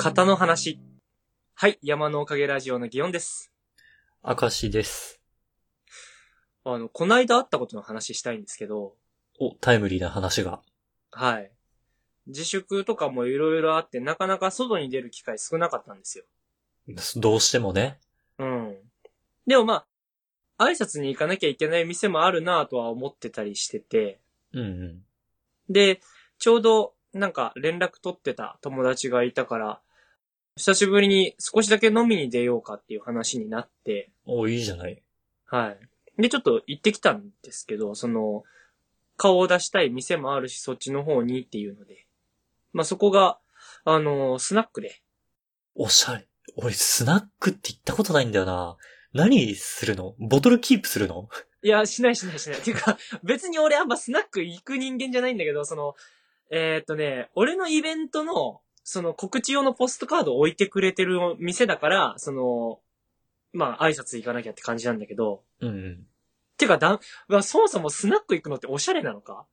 型の話。はい、山のおかげラジオの祇園です。 明石です。 こないだあったことの話したいんですけど。 タイムリーな話が。 はい。自粛とかもいろいろあって、なかなか外に出る機会少なかったんですよ。 どうしてもね。 うん。でもまあ、挨拶に行かなきゃいけない店もあるなぁとは思ってたりしてて。 うんうん。 で、ちょうどなんか連絡取ってた友達がいたから、久しぶりに少しだけ飲みに出ようかっていう話になって。 いいじゃない。 はい。で、ちょっと行ってきたんですけど、顔を出したい店もあるし、そっちの方にっていうので。まあ、そこが、スナックで。 おしゃれ。俺、スナックって行ったことないんだよな。何するの？ボトルキープするの？ いや、しない。っていうか、別に俺あんまスナック行く人間じゃないんだけど、俺のイベントの、告知用のポストカードを置いてくれてる店だから、まあ、挨拶行かなきゃって感じなんだけど。 うんうん。 てか、そもそもスナック行くのっておしゃれなのか？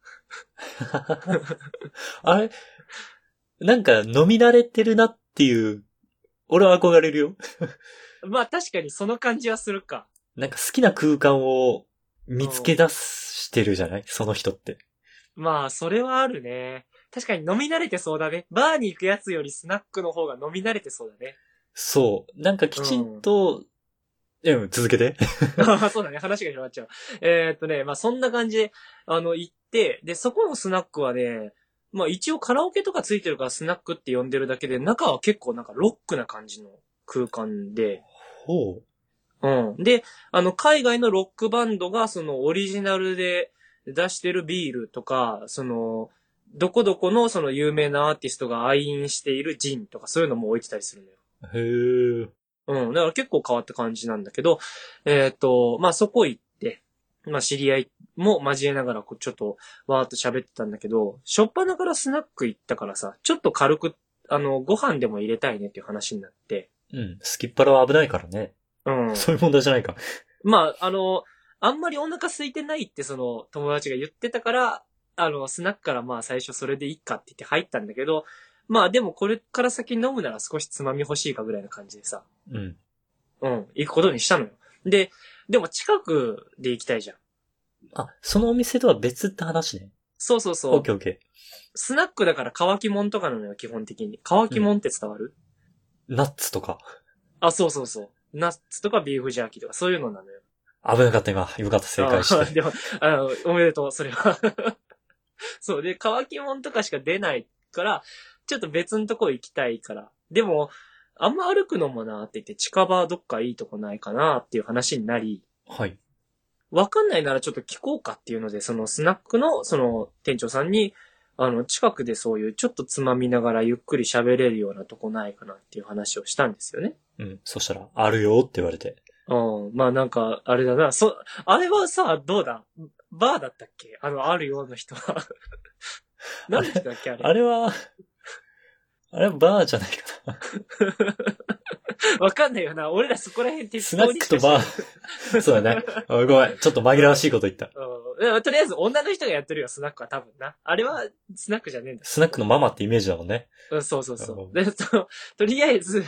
あれなんか飲み慣れてるなっていう、俺は憧れるよ。 まあ確かにその感じはするか。 なんか好きな空間を見つけ出してるじゃない？その人って。 まあ、それはあるね。確かに飲み慣れてそうだね。バーに行くやつよりスナックの方が飲み慣れてそうだね。 そう。なんかきちんと、続けて。 そうだね。話が広がっちゃう。まあそんな感じで、行って、で、そこのスナックはね、まあ一応カラオケとかついてるからスナックって呼んでるだけで、中は結構なんかロックな感じの空間で。 ほう。 うん。で、海外のロックバンドがそのオリジナルで出してるビールとか、どこどこのその有名なアーティストが愛飲しているジンとかそういうのも置いてたりするのよ。 へえ。 うん。だから結構変わった感じなんだけど、まあそこ行って、まあ知り合いも交えながらちょっとわーっと喋ってたんだけど、しょっぱなからスナック行ったからさ、ちょっと軽く、ご飯でも入れたいねっていう話になって。 うん。スキッパラは危ないからね。 うん。 そういう問題じゃないか。 まあ、あんまりお腹空いてないってその友達が言ってたから、スナックからまあ最初それでいいかって言って入ったんだけど、まあでもこれから先飲むなら少しつまみ欲しいかぐらいな感じでさ。 うん。 うん、行くことにしたのよ。でも近くで行きたいじゃん。 そのお店とは別って話ね。 そうそうそう。 オッケーオッケスナックだから乾きもんとかなのよ、基本的に。乾きもんって伝わる？ ナッツとか。 そうそうそう。ナッツとかビーフジャーキーとかそういうのなのよ。 危なかった今。よかった、正解して。 でも、おめでとう、それは。そうで、乾きもんとかしか出ないから、ちょっと別のとこ行きたいから。でも、あんま歩くのもなって言って、近場どっかいいとこないかなっていう話になり、 はい。 わかんないならちょっと聞こうかっていうので、そのスナックのその店長さんに、近くでそういうちょっとつまみながらゆっくり喋れるようなとこないかなっていう話をしたんですよね。 うん。そしたら、あるよって言われて。 うん。まあなんか、あれだな。あれはさ、どうだ？バーだったっけ？あるような人は。何の人だっけあれ。 あれはバーじゃないかな。 わかんないよな。俺らそこら辺スナックとバー。そうだね。ごめん。ちょっと紛らわしいこと言った。 うん。とりあえず女の人がやってるよ、スナックは多分な。あれはスナックじゃねえんだ。 スナックのママってイメージだもんね。 うん、そうそうそう。で、とりあえず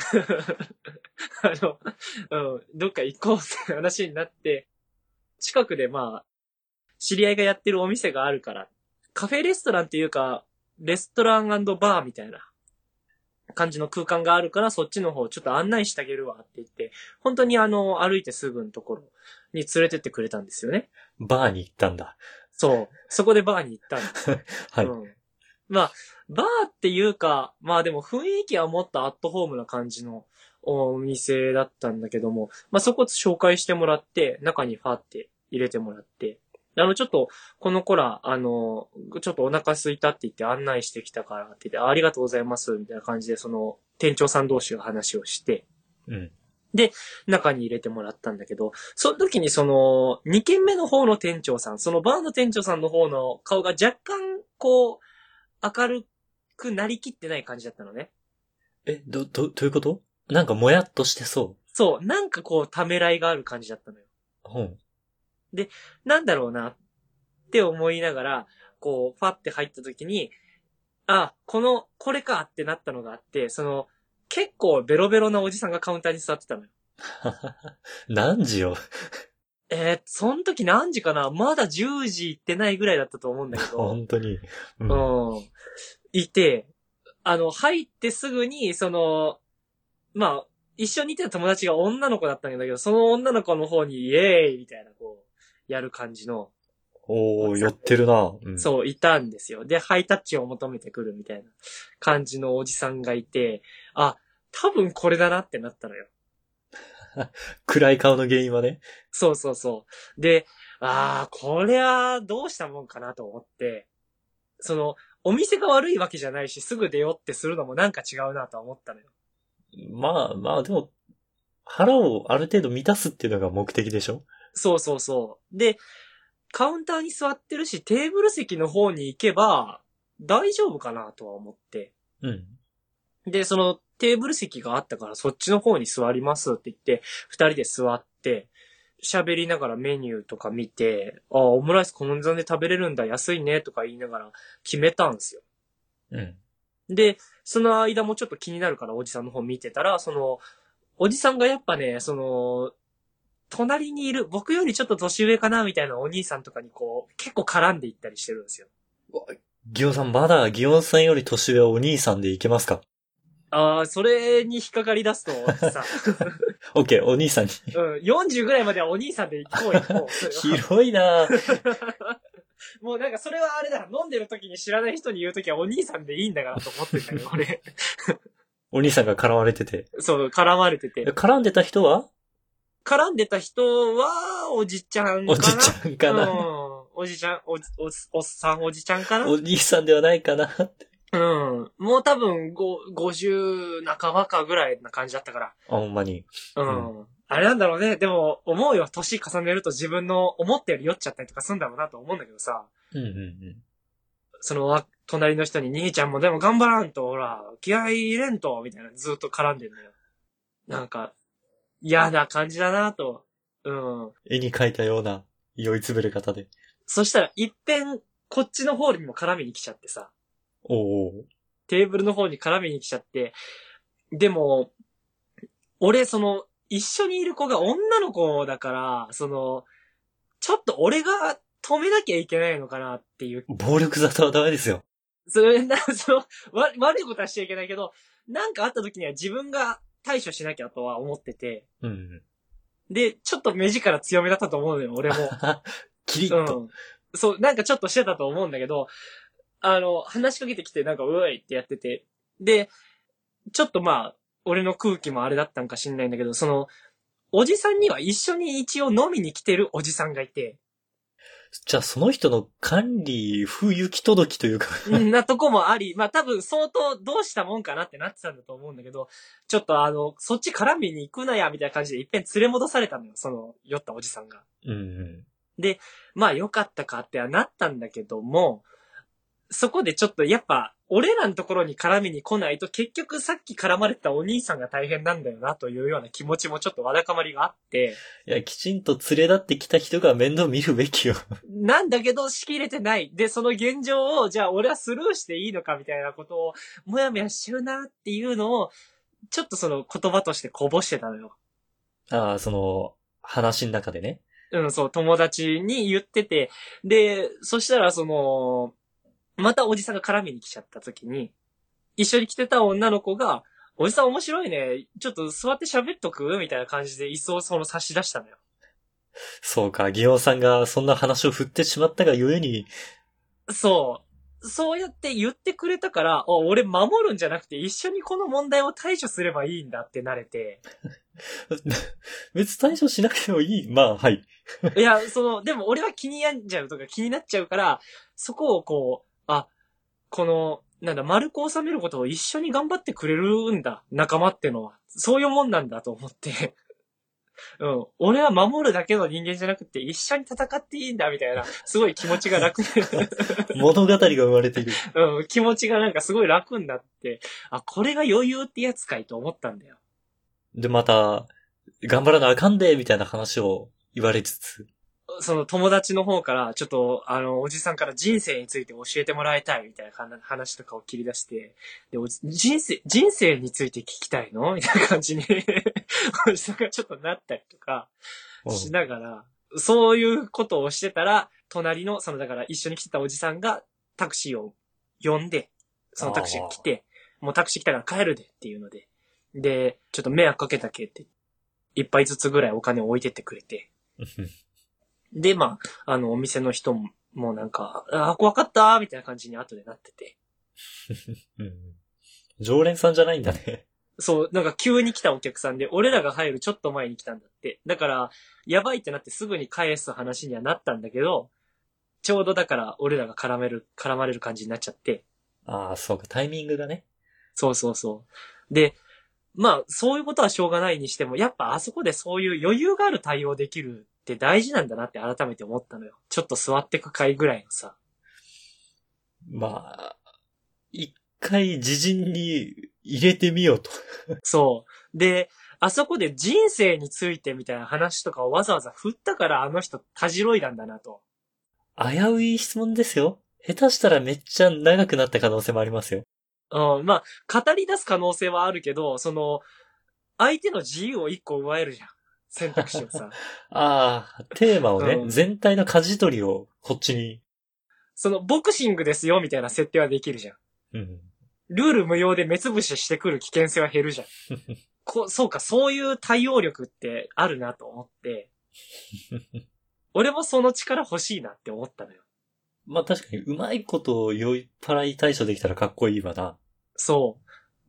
どっか行こうって話になって、近くでまあ、知り合いがやってるお店があるから、カフェレストランっていうか、レストラン&バーみたいな感じの空間があるから、そっちの方ちょっと案内してあげるわって言って、本当に歩いてすぐのところに連れてってくれたんですよね。 バーに行ったんだ。 そう。そこでバーに行ったんです。 はい。 まあ、バーっていうか、まあでも雰囲気はもっとアットホームな感じのお店だったんだけども、まあそこ紹介してもらって、中にファーって入れてもらって、ちょっと、この子ら、ちょっとお腹空いたって言って案内してきたからって言って、ありがとうございます、みたいな感じで、店長さん同士が話をして、 うん。 で、中に入れてもらったんだけど、その時に2軒目の方の店長さん、そのバーの店長さんの方の顔が若干、明るくなりきってない感じだったのね。 どういうこと？なんかもやっとしてそう。そう、なんかためらいがある感じだったのよ。 うん。 で、なんだろうなって思いながら、ファって入った時に、これかってなったのがあって、 結構ベロベロなおじさんがカウンターに座ってたのよ。 何時よ。 その時何時かな、まだ10時行ってないぐらいだったと思うんだけど。 本当に。うん。 うん。いて、入ってすぐに、まあ、一緒にいてた友達が女の子だったんだけど、その女の子の方にイエーイみたいな、こう、やる感じの。 おー、寄ってるな。うん。 そう、いたんですよ。で、ハイタッチを求めてくるみたいな感じのおじさんがいて、あ、多分これだなってなったのよ。 暗い顔の原因はね。 そうそうそう。で、これはどうしたもんかなと思って、お店が悪いわけじゃないし、すぐ出ようってするのもなんか違うなとは思ったのよ。 まあまあ、でも、腹をある程度満たすっていうのが目的でしょ？ そうそうそう。で、カウンターに座ってるし、テーブル席の方に行けば、大丈夫かなとは思って。 うん。 で、そのテーブル席があったからそっちの方に座りますって言って、二人で座って、喋りながらメニューとか見て、オムライスこの値段で食べれるんだ、安いねとか言いながら決めたんですよ。 うん。 で、その間もちょっと気になるからおじさんの方見てたら、おじさんがやっぱね、隣にいる、僕よりちょっと年上かなみたいなお兄さんとかにこう、結構絡んでいったりしてるんですよ。 ギオンさん、まだギオンさんより年上はお兄さんでいけますか？ それに引っかかり出すとさ、 オッケー、お兄さんに。 うん、40ぐらいまではお兄さんで行こうよ、もう。 広いなもうなんかそれはあれだ、飲んでる時に知らない人に言う時はお兄さんでいいんだからと思ってんだよ、俺。 お兄さんが絡まれてて。 そう、絡まれてて。 絡んでた人は絡んでた人は、おじちゃんかな。 おじちゃんかな、 うん。おじちゃん、おっさんおじちゃんかな。 お兄さんではないかなって。 うん。もう多分、50半ばかぐらいな感じだったから。 ほんまに。 うん。あれなんだろうね。でも、思うよ。年重ねると自分の思ったより酔っちゃったりとかするんだろうなと思うんだけどさ。 うんうんうん。 隣の人に兄ちゃんもでも頑張らんと、ほら、気合い入れんと、みたいなずっと絡んでんのよ。なんか、嫌な感じだなと。うん。 絵に描いたような酔いつぶれ方で。 そしたら、いっぺん、こっちの方にも絡みに来ちゃってさ。 おー。 テーブルの方に絡みに来ちゃって。でも、俺、一緒にいる子が女の子だから、ちょっと俺が止めなきゃいけないのかなっていう。 暴力沙汰はダメですよ。 悪いことはしちゃいけないけど、なんかあった時には自分が対処しなきゃとは思ってて。 うん。 で、ちょっと目力強めだったと思うのよ、俺も。 キリッと。 うん。そう、なんかちょっとしてたと思うんだけど、話しかけてきてなんかういってやってて。で、ちょっとまあ、俺の空気もあれだったんか知んないんだけど、おじさんには一緒に一応飲みに来てるおじさんがいて。 じゃあその人の管理、不行き届きというかなとこもあり、まあ多分相当どうしたもんかなってなってたんだと思うんだけど、ちょっとそっち絡みに行くなや、みたいな感じで一遍連れ戻されたのよ、酔ったおじさんが。 うん。 で、まあ良かったかってはなったんだけども、そこでちょっとやっぱ、俺らのところに絡みに来ないと結局さっき絡まれてたお兄さんが大変なんだよなというような気持ちもちょっとわだかまりがあって。 いや、きちんと連れ立ってきた人が面倒見るべきよ。 なんだけど仕切れてない。で、その現状を、じゃあ俺はスルーしていいのかみたいなことを、もやもやしちゃうなっていうのを、ちょっと言葉としてこぼしてたのよ。 ああ、話の中でね。 うん、そう、友達に言ってて。で、そしたらまたおじさんが絡みに来ちゃった時に、一緒に来てた女の子が、おじさん面白いね。ちょっと座って喋っとくみたいな感じで、一層差し出したのよ。 そうか、ギオンさんがそんな話を振ってしまったがゆえに。 そう。そうやって言ってくれたから、俺守るんじゃなくて一緒にこの問題を対処すればいいんだってなれて。 別に対処しなくてもいい。まあ、はい。 いや、でも俺は気に病んじゃうとか気になっちゃうから、そこをこう、丸く収めることを一緒に頑張ってくれるんだ。仲間ってのは。そういうもんなんだと思って。うん。俺は守るだけの人間じゃなくて一緒に戦っていいんだみたいな、すごい気持ちが楽に物語が生まれている。 うん。気持ちがなんかすごい楽になって、これが余裕ってやつかいと思ったんだよ。 で、また、頑張らなあかんで、みたいな話を言われつつ。 その友達の方から、ちょっと、おじさんから人生について教えてもらいたいみたいな話とかを切り出して、で、人生について聞きたいのみたいな感じにおじさんがちょっとなったりとかしながら、そういうことをしてたら、隣の、だから一緒に来てたおじさんがタクシーを呼んで、そのタクシーが来て、もうタクシー来たから帰るでっていうので、で、ちょっと迷惑かけたけって、一杯ずつぐらいお金を置いてってくれて、で、まあ、お店の人もなんか、怖かったみたいな感じに後でなってて。 常連さんじゃないんだね。 そう、なんか急に来たお客さんで、俺らが入るちょっと前に来たんだって。だから、やばいってなってすぐに返す話にはなったんだけど、ちょうどだから俺らが絡まれる感じになっちゃって。 ああ、そうか、タイミングがね。 そうそうそう。で、まあ、そういうことはしょうがないにしても、やっぱあそこでそういう余裕がある対応できるって大事なんだなって改めて思ったのよ。ちょっと座ってく回ぐらいのさ。 まあ、一回自陣に入れてみようと。 そう。で、あそこで人生についてみたいな話とかをわざわざ振ったからあの人たじろいだんだなと。 危うい質問ですよ。下手したらめっちゃ長くなった可能性もありますよ。 うん、まあ、語り出す可能性はあるけど、相手の自由を一個奪えるじゃん。選択肢をさ。 ああ、テーマをね、 うん全体の舵取りをこっちに。 ボクシングですよみたいな設定はできるじゃん。 うん。 ルール無用で目つぶししてくる危険性は減るじゃん。そうか、そういう対応力ってあるなと思って、俺もその力欲しいなって思ったのよ。 まあ確かにうまいことを酔い払い対処できたらかっこいいわな。 そう。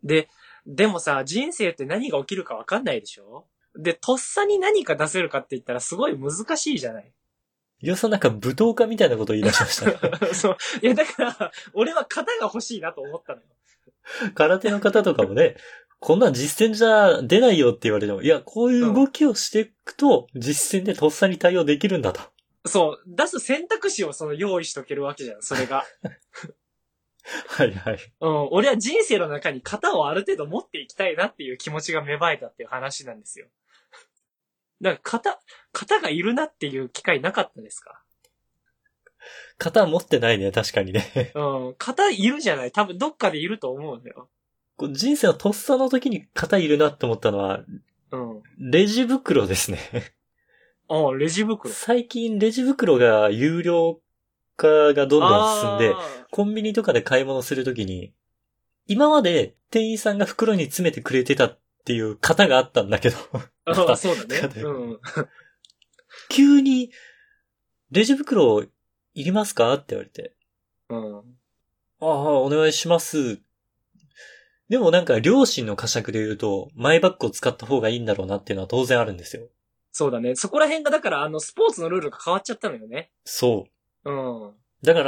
でもさ、人生って何が起きるかわかんないでしょ？で、とっさに何か出せるかって言ったらすごい難しいじゃない。 よそなんか舞踏家みたいなことを言い出しましたね。 そう。いや、だから、俺は型が欲しいなと思ったのよ。 空手の方とかもね、こんなん実践じゃ出ないよって言われても、いや、こういう動きをしていくと、実践でとっさに対応できるんだと。 そう。出す選択肢を用意しとけるわけじゃん、それが。 はいはい。 うん。俺は人生の中に型をある程度持っていきたいなっていう気持ちが芽生えたっていう話なんですよ。だから型がいるなっていう機会なかったですか？ 型持ってないね、確かにね。 うん。型いるじゃない？多分どっかでいると思うんだよ。 こう人生のとっさの時に型いるなって思ったのは、 うん。 レジ袋ですね。 ああ、レジ袋。 最近レジ袋が有料化がどんどん進んで、コンビニとかで買い物するときに、今まで店員さんが袋に詰めてくれてたっていう型があったんだけど。 ああ、そうだね。うん。 急に、レジ袋いりますかって言われて。 うん。 ああ、お願いします。でもなんか両親の呵責で言うと、マイバッグを使った方がいいんだろうなっていうのは当然あるんですよ。 そうだね。そこら辺がだからスポーツのルールが変わっちゃったのよね。 そう。 うん。 だから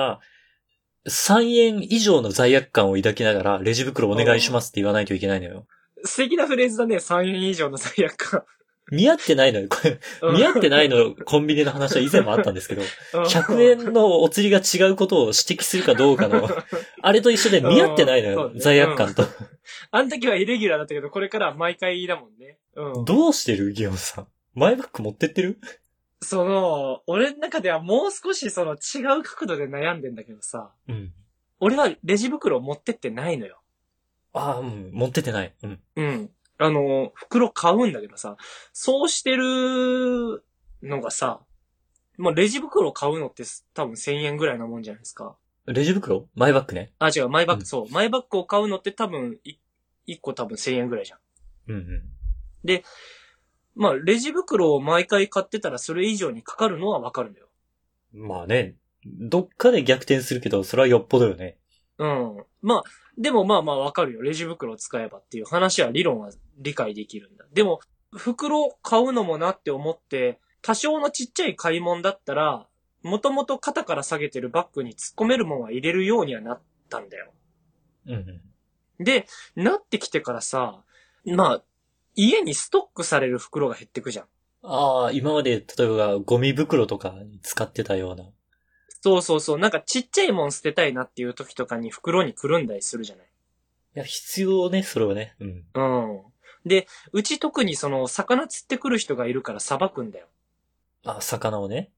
、3円以上の罪悪感を抱きながら、レジ袋お願いしますって言わないといけないのよ。 素敵なフレーズだね。3円以上の罪悪感。 見合ってないのよ。これ、見合ってないのコンビニの話は以前もあったんですけど、100円のお釣りが違うことを指摘するかどうかの、あれと一緒で見合ってないのよ。罪悪感と。 あの時はイレギュラーだったけど、これからは毎回だもんね。うん。 どうしてるギオンさん。マイバッグ持ってってる？ 俺の中ではもう少し違う角度で悩んでんだけどさ。 うん。 俺はレジ袋を持ってってないのよ。 ああ、うん、持ってってない。うん。 うん。袋買うんだけどさ、そうしてるのがさ、まあ、レジ袋を買うのって多分1000円ぐらいなもんじゃないですか。 レジ袋？マイバッグね。 あ、違う、マイバッグ、 うん、 そう。マイバッグを買うのって多分、1個多分1000円ぐらいじゃん。 うんうん。 で、まあ、レジ袋を毎回買ってたらそれ以上にかかるのはわかるんだよ。 まあね、どっかで逆転するけど、それはよっぽどよね。 うん。まあ、でもまあまあわかるよ。レジ袋を使えばっていう話は理論は理解できるんだ。でも、袋を買うのもなって思って、多少のちっちゃい買い物だったら、もともと肩から下げてるバッグに突っ込めるもんは入れるようにはなったんだよ。 うんうん。 で、なってきてからさ、まあ、家にストックされる袋が減ってくじゃん。 ああ、今まで、例えばゴミ袋とかに使ってたような。 そうそうそう。なんかちっちゃいもん捨てたいなっていう時とかに袋にくるんだりするじゃない。 いや、必要ね、それはね。うん。 うん。で、うち特に魚釣ってくる人がいるから捌くんだよ。 あ、魚をね。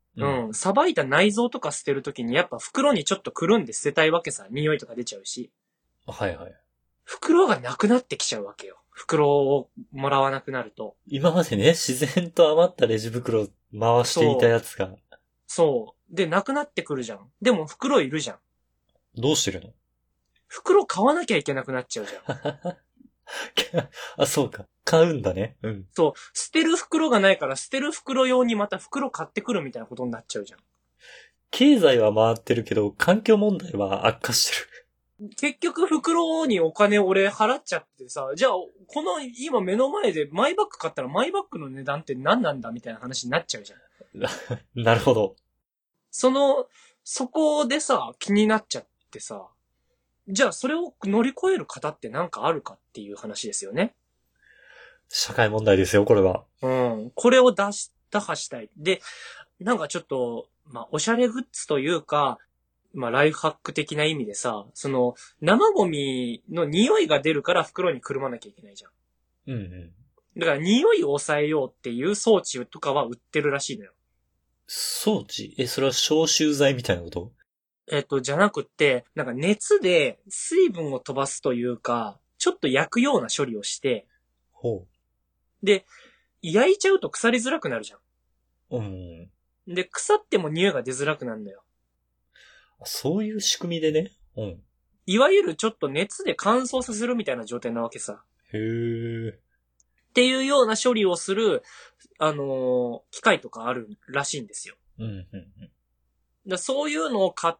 さばいた内臓とか捨てるときにやっぱ袋にちょっとくるんで捨てたいわけさ。匂いとか出ちゃうし。 はいはい。 袋がなくなってきちゃうわけよ。袋をもらわなくなると。 今までね、自然と余ったレジ袋を回していたやつが。 そう。で、なくなってくるじゃん。でも袋いるじゃん。 どうしてるの？ 袋買わなきゃいけなくなっちゃうじゃん。 あ、そうか。買うんだね。うん。 そう。捨てる袋がないから捨てる袋用にまた袋買ってくるみたいなことになっちゃうじゃん。 経済は回ってるけど、環境問題は悪化してる。 結局袋にお金俺払っちゃってさ、じゃあ、この今目の前でマイバッグ買ったらマイバッグの値段って何なんだみたいな話になっちゃうじゃん。 なるほど。 そこでさ、気になっちゃってさ、じゃあそれを乗り越える方ってなんかあるかっていう話ですよね。 社会問題ですよ、これは。 これを打破したい。で、なんかちょっと、おしゃれグッズというか、ライフハック的な意味でさ、生ゴミの匂いが出るから袋にくるまなきゃいけないじゃん。 うんうん。 だから匂いを抑えようっていう装置とかは売ってるらしいのよ。 装置？それは消臭剤みたいなこと？ じゃなくって、なんか熱で水分を飛ばすというか、ちょっと焼くような処理をして、 ほで、焼いちゃうと腐りづらくなるじゃう。うん。 ん。で、腐っても匂いが出づらくなるんだよ。 そういう仕組みでね。うん。 いわゆるちょっと熱で乾燥させるみたいな状態なわけさ。 へー。 っていうような処理をする、機械とかあるらしいんですよ。 うんうんうん。 そういうのを買って、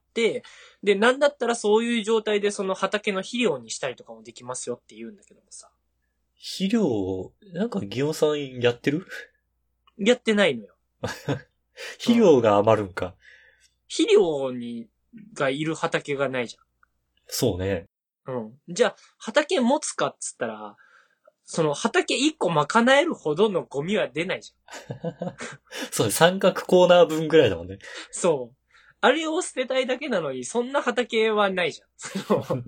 で、なんだったらそういう状態でその畑の肥料にしたりとかもできますよって言うんだけどもさ。 肥料、なんかギオさんやってる？ やってないのよ。 肥料が余るんか。 肥料がいる畑がないじそうね。 ゃん。じゃあ、畑持つかっつったら、その畑一個賄えるほどのゴミは出ないじゃん。 そうね、三角コーナー分ぐらいだもんね。 そう。あれを捨てたいだけなのに、そんな畑はないじゃん。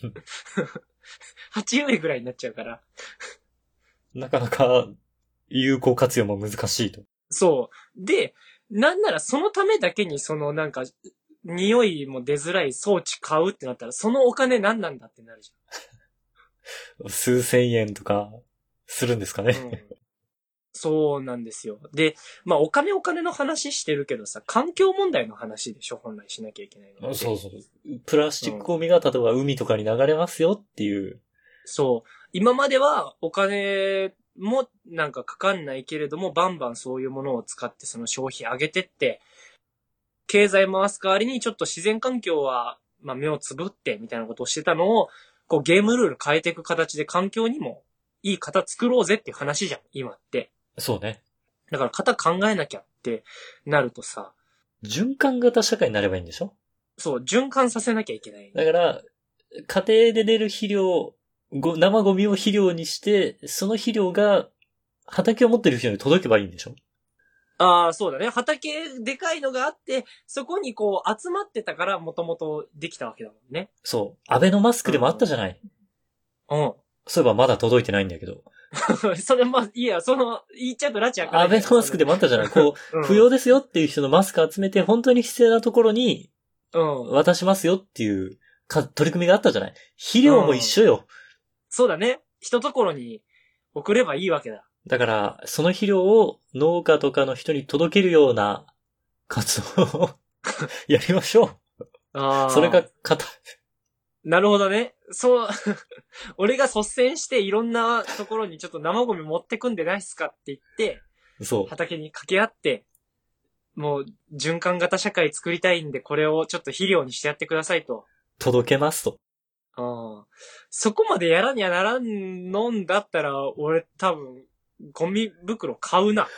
鉢植えぐらいになっちゃうから。 なかなか有効活用も難しいと。 そう。で、なんならそのためだけになんか、匂いも出づらい装置買うってなったら、そのお金何なんだってなるじ数千円とかするんですかゃん。 ね。 そうなんですよ。で、お金の話してるけどさ、環境問題の話でしょ、本来しなきゃいけないのって。 そうそう。プラスチックゴミが例えば海とかに流れますよっていう。 そう。今まではお金もなんかかかんないけれども、バンバンそういうものを使ってその消費上げてって、経済回す代わりにちょっと自然環境は、目をつぶってみたいなことをしてたのを、こうゲームルール変えていく形で環境にもいい型作ろうぜっていう話じゃん、今って。 そうね。 だから型考えなきゃってなるとさ、 循環型社会になればいいんでしょ？ そう、循環させなきゃいけない。 だから、家庭で出る肥料、生ゴミを肥料にして、その肥料が畑を持ってる人に届けばいいんでしょ？ ああ、そうだね。畑でかいのがあって、そこにこう集まってたからもともとできたわけだもんね。 そう。アベノマスクでもあったじゃない。そういえばまだ届いてないんだけど。 それいや、言っちゃうと拉致開かない。 アベノマスクでもあったじゃない。こう、不要ですよっていう人のマスク集めて、本当に必要なところに、渡しますよっていう取り組みがあったじゃない。肥料も一緒よ。 そうだね。一ところに送ればいいわけだ。 だから、その肥料を農家とかの人に届けるような活動をやりましょう。それがなるほどね。俺が率先していろんなところにちょっと生ゴミ持ってくんでないっすかって言って、 そう。 畑に掛け合って、もう循環型社会作りたいんで、これをちょっと肥料にしてやってくださいと。 届けますと。 そこまでやらにゃならんのんだったら、俺多分、ゴミ袋買うな。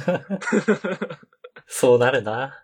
そうなるな。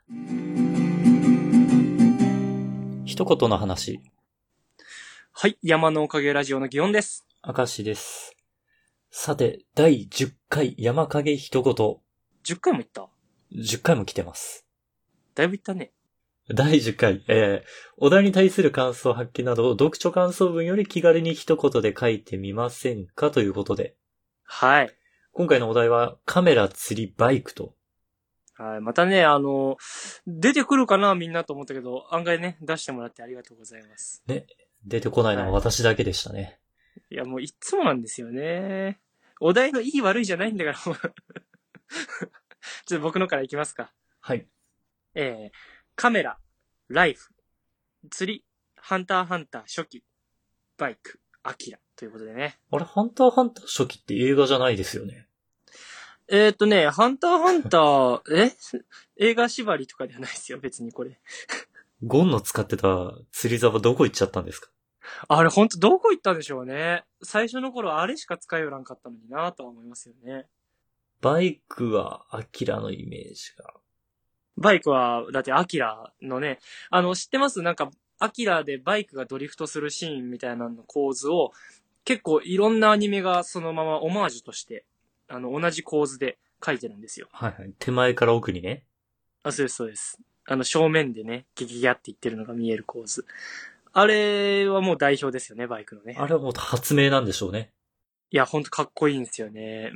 一言の話。 はい、山のおかげラジオの祇園です。 明石です。さて、第10回山影一言。 10回も言った ?10 回も来てます。 だいぶ言ったね。 第10回、お題に対する感想発揮などを読書感想文より気軽に一言で書いてみませんかということで。 はい。 今回のお題はカメラ、釣り、バイクとはい。またね、出てくるかなみんなと思ったけど、案外ね、出してもらってありがとうございます。 ね。出てこないのは私だけでしたね。 いや、もういつもなんですよね。お題のいい悪いじゃないんだから、もうちょっと僕のからいきますか。 はい。 カメラ、ライフ、釣り、ハンターハンター初期、バイク、アキラということでね。 あれ、ハンターハンター初期って映画じゃないですよね。 ハンターハンター、映画縛りとかではないですよ、別にこれ。 ゴンの使ってた釣り竿どこ行っちゃったんですか？ あれほんとどこ行ったんでしょうね。最初の頃あれしか使いよらんかったのになとは思いますよね。 バイクはアキラのイメージが。 バイクは、だってアキラのね、知ってます？なんか、アキラでバイクがドリフトするシーンみたいなの構図を、結構いろんなアニメがそのままオマージュとして、同じ構図で描いてるんですよ。 はいはい。手前から奥にね。 あ、そうです、そうです。正面でね、ギギギャって言ってるのが見える構図。あれはもう代表ですよね、バイクのね。 あれはもう発明なんでしょうね。 いや、ほんとかっこいいんですよね。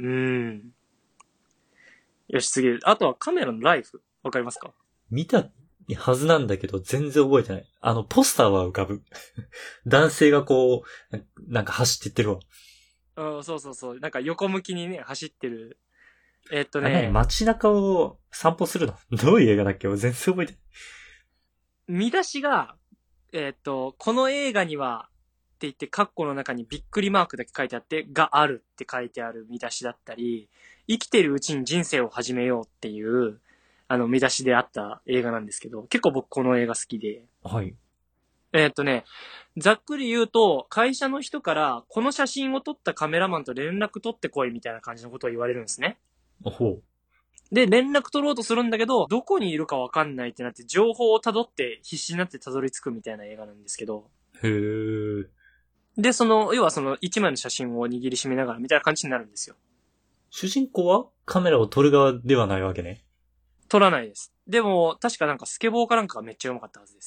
よし、次。あとはカメラのライフ。わかりますか？ 見たはずなんだけど、全然覚えてない。ポスターは浮かぶ。男性がこう、なんか走っていってるわ。 そうそうそう。なんか横向きにね、走ってる。 街中を散歩するのどういう映画だっけ？全然覚えてない。 見出しが、この映画には、って言って、カッコの中にびっくりマークだけ書いてあって、があるって書いてある見出しだったり、生きてるうちに人生を始めようっていう、見出しであった映画なんですけど、結構僕この映画好きで。 はい。 ざっくり言うと、会社の人から、この写真を撮ったカメラマンと連絡取ってこいみたいな感じのことを言われるんですね。 ほう。 で、連絡取ろうとするんだけど、どこにいるかわかんないってなって、情報を辿って必死になって辿り着くみたいな映画なんですけど。 へー。 で、要は一枚の写真を握りしめながらみたいな感じになるんですよ。 主人公はカメラを撮る側ではないわけね。 撮らないです。でも、確かなんかスケボーかなんかがめっちゃ上手かったはずです。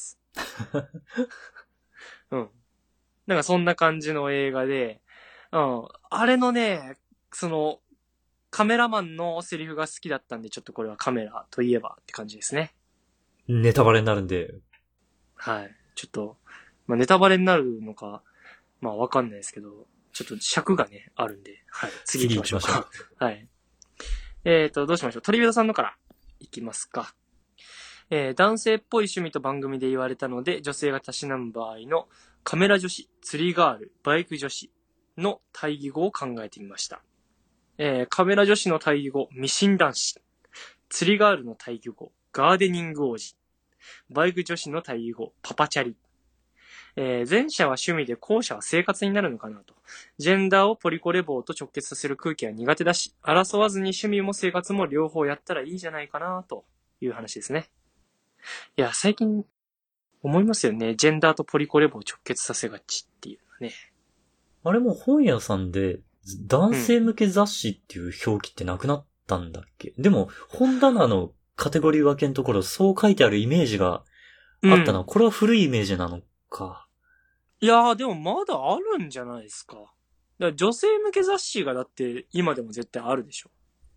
うん。なんかそんな感じの映画で、あれのね、カメラマンのセリフが好きだったんで、ちょっとこれはカメラといえばって感じですね。 ネタバレになるんで。 はい。ちょっと、まあ、ネタバレになるのか、まあわかんないですけど、ちょっと尺がね、あるんで、はい。次行きましょうか。はい。どうしましょう。鳥人さんのから行きますか。男性っぽい趣味と番組で言われたので、女性がたしなむ場合のカメラ女子、釣りガール、バイク女子の対義語を考えてみました。カメラ女子の対義語、ミシン男子。釣りガールの対義語、ガーデニング王子。バイク女子の対義語、パパチャリ。前者は趣味で後者は生活になるのかなと。ジェンダーをポリコレ棒と直結させる空気は苦手だし、争わずに趣味も生活も両方やったらいいじゃないかなという話ですね。いや、最近思いますよね。ジェンダーとポリコレ棒を直結させがちっていうのね。 あれも本屋さんで男性向け雑誌っていう表記ってなくなったんだっけ？でも本棚のカテゴリー分けのところそう書いてあるイメージがあったな。これは古いイメージなのか。 いやー、でもまだあるんじゃないですか。だから女性向け雑誌がだって今でも絶対あるでしょ。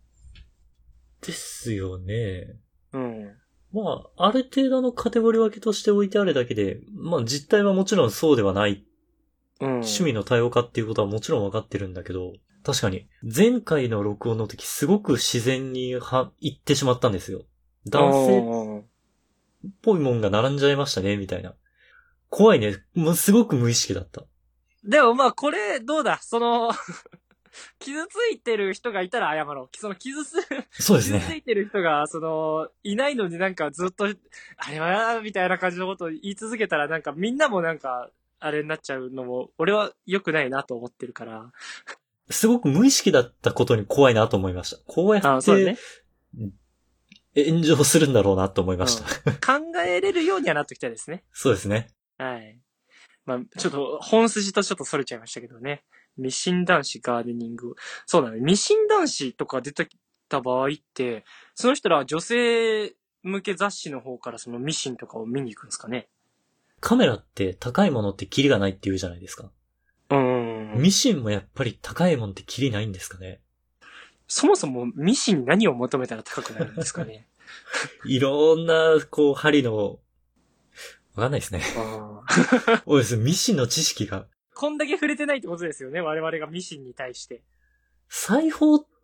ですよね。 うん。 まあ、ある程度のカテゴリー分けとして置いてあるだけで、まあ実態はもちろんそうではない。 うん。 趣味の多様化っていうことはもちろん分かってるんだけど、確かに、前回の録音の時すごく自然に言ってしまったんですよ。男性っぽいもんが並んじゃいましたね、みたいな。怖いね。もうすごく無意識だった。 でもまあこれどうだ傷ついてる人がいたら謝ろう。 そうですね。 傷ついてる人が、いないのになんかずっと、あれは、みたいな感じのことを言い続けたらなんかみんなもなんか、あれになっちゃうのも、俺は良くないなと思ってるから。 すごく無意識だったことに怖いなと思いました。こうやって、ね、炎上するんだろうなと思いました。 考えれるようにはなってきたですね。 そうですね。 はい。まあ、ちょっと、本筋とちょっと逸れちゃいましたけどね。ミシン男子ガーデニング。そうだね。ミシン男子とか出てきた場合って、その人らは女性向け雑誌の方からそのミシンとかを見に行くんですかね。 カメラって高いものってキリがないって言うじゃないですか。ミシンもやっぱり高いものってキリないんですかね。 そもそもミシンに何を求めたら高くなるんですかね。 いろんな、こう、針の、わかんないですね。おいです、ミシンの知識が。 こんだけ触れてないってことですよね。我々がミシンに対して。 裁縫って、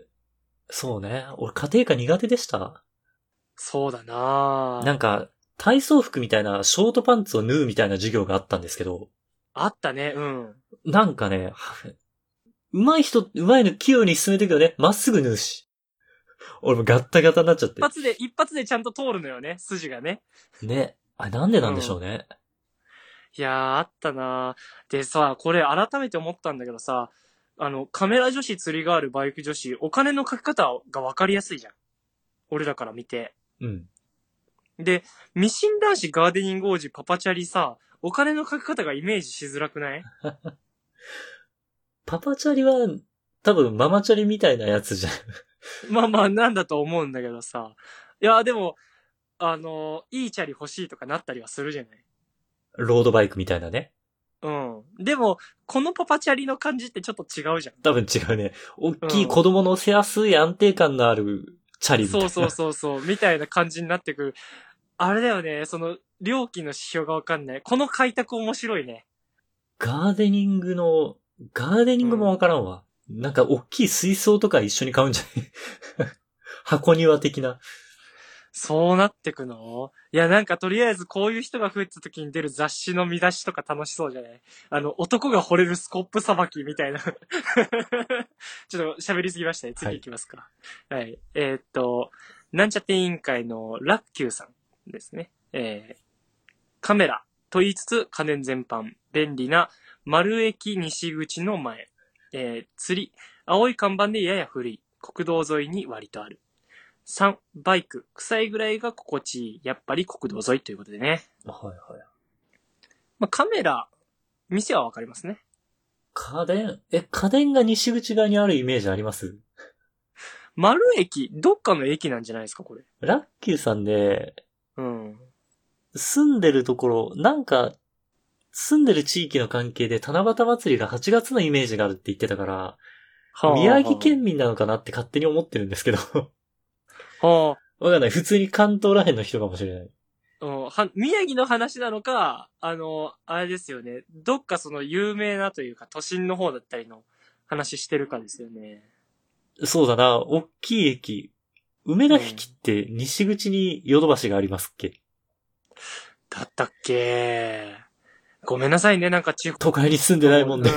そうね。俺家庭科苦手でした。 そうだなぁ。 なんか、体操服みたいなショートパンツを縫うみたいな授業があったんですけど、 あったね、うん。 なんかね、上手い人、上手いの器用に進めていくよね。まっすぐ縫うし。俺もガッタガタになっちゃって。 一発でちゃんと通るのよね、筋がね。 ね。あ、なんでなんでしょうね。 いやー、あったなー。でさ、これ改めて思ったんだけどさ、カメラ女子、釣りガール、バイク女子、お金のかけ方が分かりやすいじゃん。俺らから見て。 うん。 で、ミシン男子、ガーデニング王子、パパチャリさ、お金のかけ方がイメージしづらくない？ パパチャリは、多分ママチャリみたいなやつじゃん。 まあまあ、なんだと思うんだけどさ。いや、でも、いいチャリ欲しいとかなったりはするじゃない。 ロードバイクみたいなね。 うん。でも、このパパチャリの感じってちょっと違うじゃん。 多分違うね。大きいうん。 子供乗せやすい安定感のあるチャリみたいな。 そうそうそうそう、みたいな感じになってくる。あれだよね、料金の指標がわかんない。この開拓面白いね。 ガーデニングもわからんわ。なんか大きい水槽とか一緒に買うんじゃない？箱庭的な。 そうなってくの？いや、なんかとりあえずこういう人が増えた時に出る雑誌の見出しとか楽しそうじゃない？男が惚れるスコップさばきみたいな。ちょっと喋りすぎましたね。次行きますか。はい。なんちゃって委員会のラッキューさんですね。カメラと言いつつ家電全般、便利な丸駅西口の前。釣り、青い看板でやや古い。国道沿いに割とある。3、バイク、臭いぐらいが心地いい。やっぱり国道沿いということでね。 はいはい。 まあ、カメラ、店はわかりますね。 家電が西口側にあるイメージあります？ 丸駅、どっかの駅なんじゃないですか、これ。 ラッキーさんで、 うん。 住んでるところ、なんか、住んでる地域の関係で七夕祭りが8月のイメージがあるって言ってたから、 はあ、 宮城県民なのかなって勝手に思ってるんですけど。 はわかんない。普通に関東ら辺の人かもしれない。 あ、宮城の話なのか、あれですよね。どっか有名なというか、都心の方だったりの話してるかですよね。 そうだな、大きい駅。梅田駅って西口にヨドバシがありますっけ？ だったっけ？ごめんなさいね、なんか地方。 都会に住んでないもんで。 うん、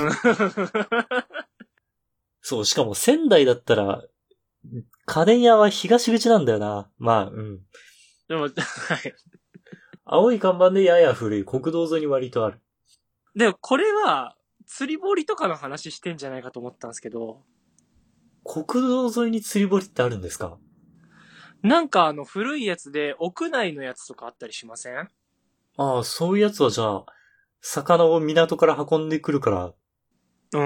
そう、しかも仙台だったら、家電屋は東口なんだよな。まあ、うん。 でも、はい。 青い看板でやや古い国道沿いに割とある。 でも、これは、釣り堀とかの話してんじゃないかと思ったんですけど、 国道沿いに釣り堀ってあるんですか？ なんか古いやつで、屋内のやつとかあったりしません？ ああ、そういうやつはじゃあ、魚を港から運んでくるから、 うん。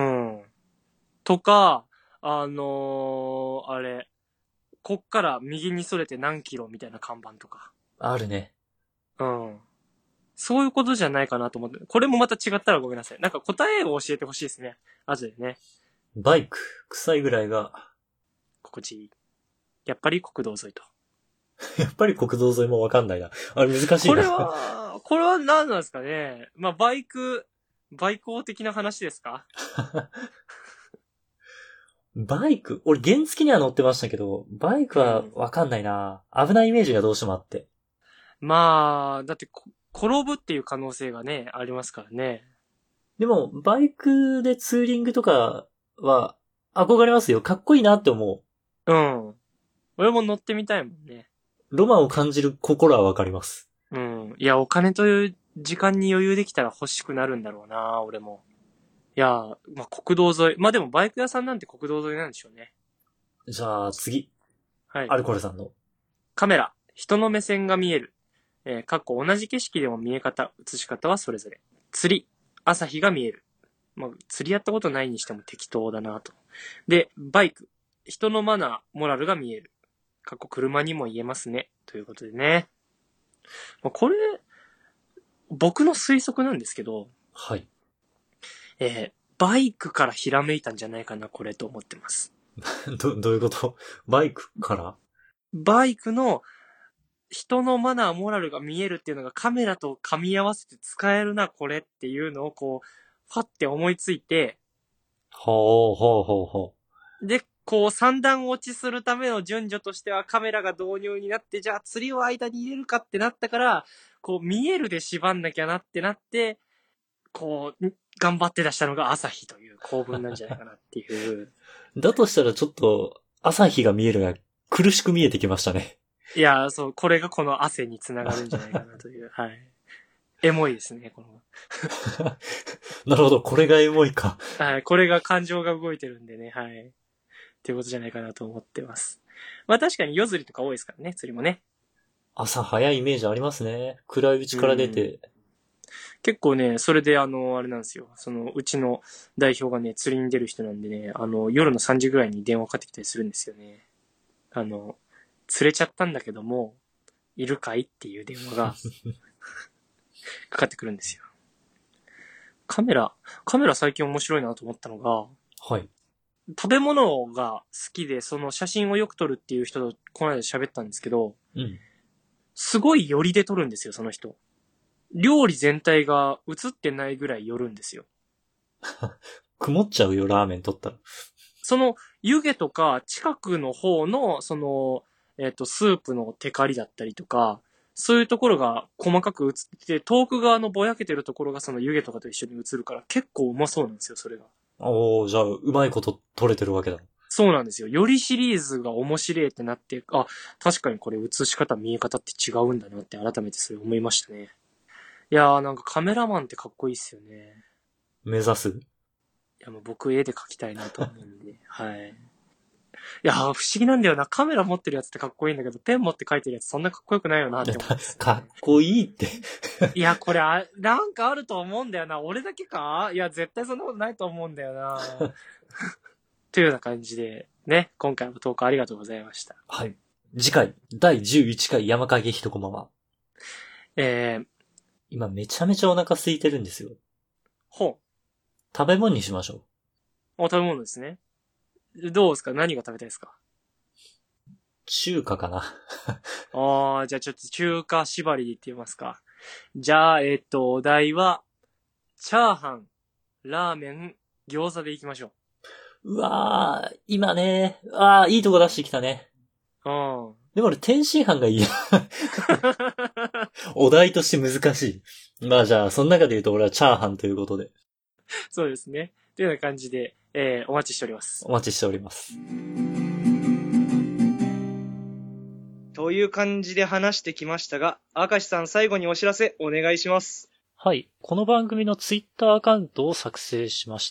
とか、あれ、こっから右にそれて何キロみたいな看板とか。 あるね。 うん。そういうことじゃないかなと思って。これもまた違ったらごめんなさい。なんか答えを教えてほしいですね。後でね。 バイク、臭いぐらいが、 心地いい。やっぱり国道沿いと。 やっぱり国道沿いもわかんないな。あれ難しいな。 これは何なんですかね。まあ、バイク王的な話ですか？ バイク俺原付には乗ってましたけど、バイクはわかんないな。危ないイメージがどうしてもあって。 まあ、だって転ぶっていう可能性がね、ありますからね。 でも、バイクでツーリングとかは憧れますよ。かっこいいなって思うん。俺も乗ってみたいもんね。 う。ロマンを感じる心はわかります。 うん。いや、お金という時間に余裕できたら欲しくなるんだろうな、俺も。いや、まあ、国道沿い。まあでもバイク屋さんなんて国道沿いなんでしょうね。 じゃあ次。 はい。 アルコールさんの。 カメラ。人の目線が見える。同じ景色でも見え方、映し方はそれぞれ。釣り。朝日が見える。まあ、釣りやったことないにしても適当だなと。で、バイク。人のマナー、モラルが見える。車にも言えますね。ということでね。まあ、これ、僕の推測なんですけど、 はい。 バイクからひらめいたんじゃないかな、これと思ってます。 どういうこと？バイクからバイクの人のマナー、モラルが見えるっていうのがカメラと噛み合わせて使えるな、これっていうのをこう、ファって思いついて、 ほうほうほうほで、こう三段落ちするための順序としてはカメラが導入になって、じゃあ釣りを間に入れるかってなったから、こう見えるで縛んなきゃなってなって、こう、頑張って出したのが朝日という構文なんじゃないかなっていう。 う。だとしたらちょっと、朝日が見えるが苦しく見えてきましたね。 いや、そう、これがこの汗につながるんじゃないかなという。はい。エモいですね、この。 なるほど、これがエモいか。 はい、これが感情が動いてるんでね、はい。っていうことじゃないかなと思ってます。まあ確かに夜釣りとか多いですからね、釣りもね。 朝早いイメージありますね。暗いうちから出て。 結構ね、それであれなんですよ。うちの代表がね、釣りに出る人なんでね、夜の3時ぐらいに電話かかってきたりするんですよね。釣れちゃったんだけども、いるかいっていう電話がかかってくるんですよ。カメラ最近面白いなと思ったのが、 はい。 食べ物が好きで、その写真をよく撮るっていう人とこの間喋ったんですけど、 うん。 すごい寄りで撮るんですよ、その人。料理全体が映ってないぐらい寄るんですよ。 曇っちゃうよ、ラーメン取ったら。 その湯気とか近くの方の、スープのテカリだったりとか、そういうところが細かく映ってて、遠く側のぼやけてるところがその湯気とかと一緒に映るから結構うまそうなんですよ、それが。 おー、じゃあ、うまいこと取れてるわけだ。 そうなんですよ。よりシリーズが面白いってなって、あ、確かにこれ映し方、見え方って違うんだなって改めてそれ思いましたね。いやーなんかカメラマンってかっこいいっすよね。 目指す。 いやもう僕絵で描きたいなと思うんで、はい。いやー不思議なんだよな。カメラ持ってるやつってかっこいいんだけど、ペン持って描いてるやつそんなかっこよくないよなって思うんですよね、 かっこいいって。 いや、これなんかあると思うんだよな。俺だけかいや、絶対そんなことないと思うんだよな。というような感じで、ね、今回も投稿ありがとうございました。 はい。次回、第11回山影一コマは、今めちゃめちゃお腹空いてるんですよ。 ほう。 食べ物にしましょう。 お食べ物ですね。どうですか？何が食べたいですか？ 中華かな。 じゃあちょっと中華縛りで言ってみますか。じゃあ、お題は、チャーハン、ラーメン、餃子でいきましょうわー、今ね、いいとこ出してきたね。 う。うん。 でも俺天津飯がいいや。お題として難しい。まあじゃあ、その中で言うと俺はチャーハンということで。 そうですね。というような感じで、お待ちしております。 お待ちしております。 という感じで話してきましたが、明石さん最後にお知らせお願いします。 はい。この番組のツイッターアカウントを作成しました。@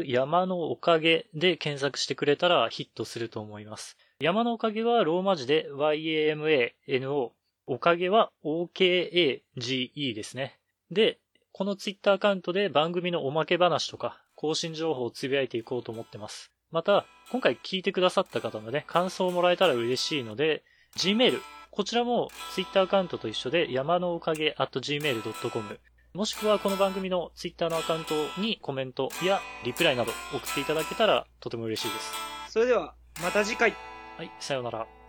山のおかげで検索してくれたらヒットすると思います。山のおかげはローマ字で YAMANO。おかげは OKAGE ですね。で、このツイッターアカウントで番組のおまけ話とか更新情報をつぶやいていこうと思ってます。また、今回聞いてくださった方のね、感想をもらえたら嬉しいので、Gmail、こちらもツイッターアカウントと一緒で山のおかげ @gmail.com、もしくはこの番組のツイッターのアカウントにコメントやリプライなど送っていただけたらとても嬉しいです。 それでは、また次回。 はい、さようなら。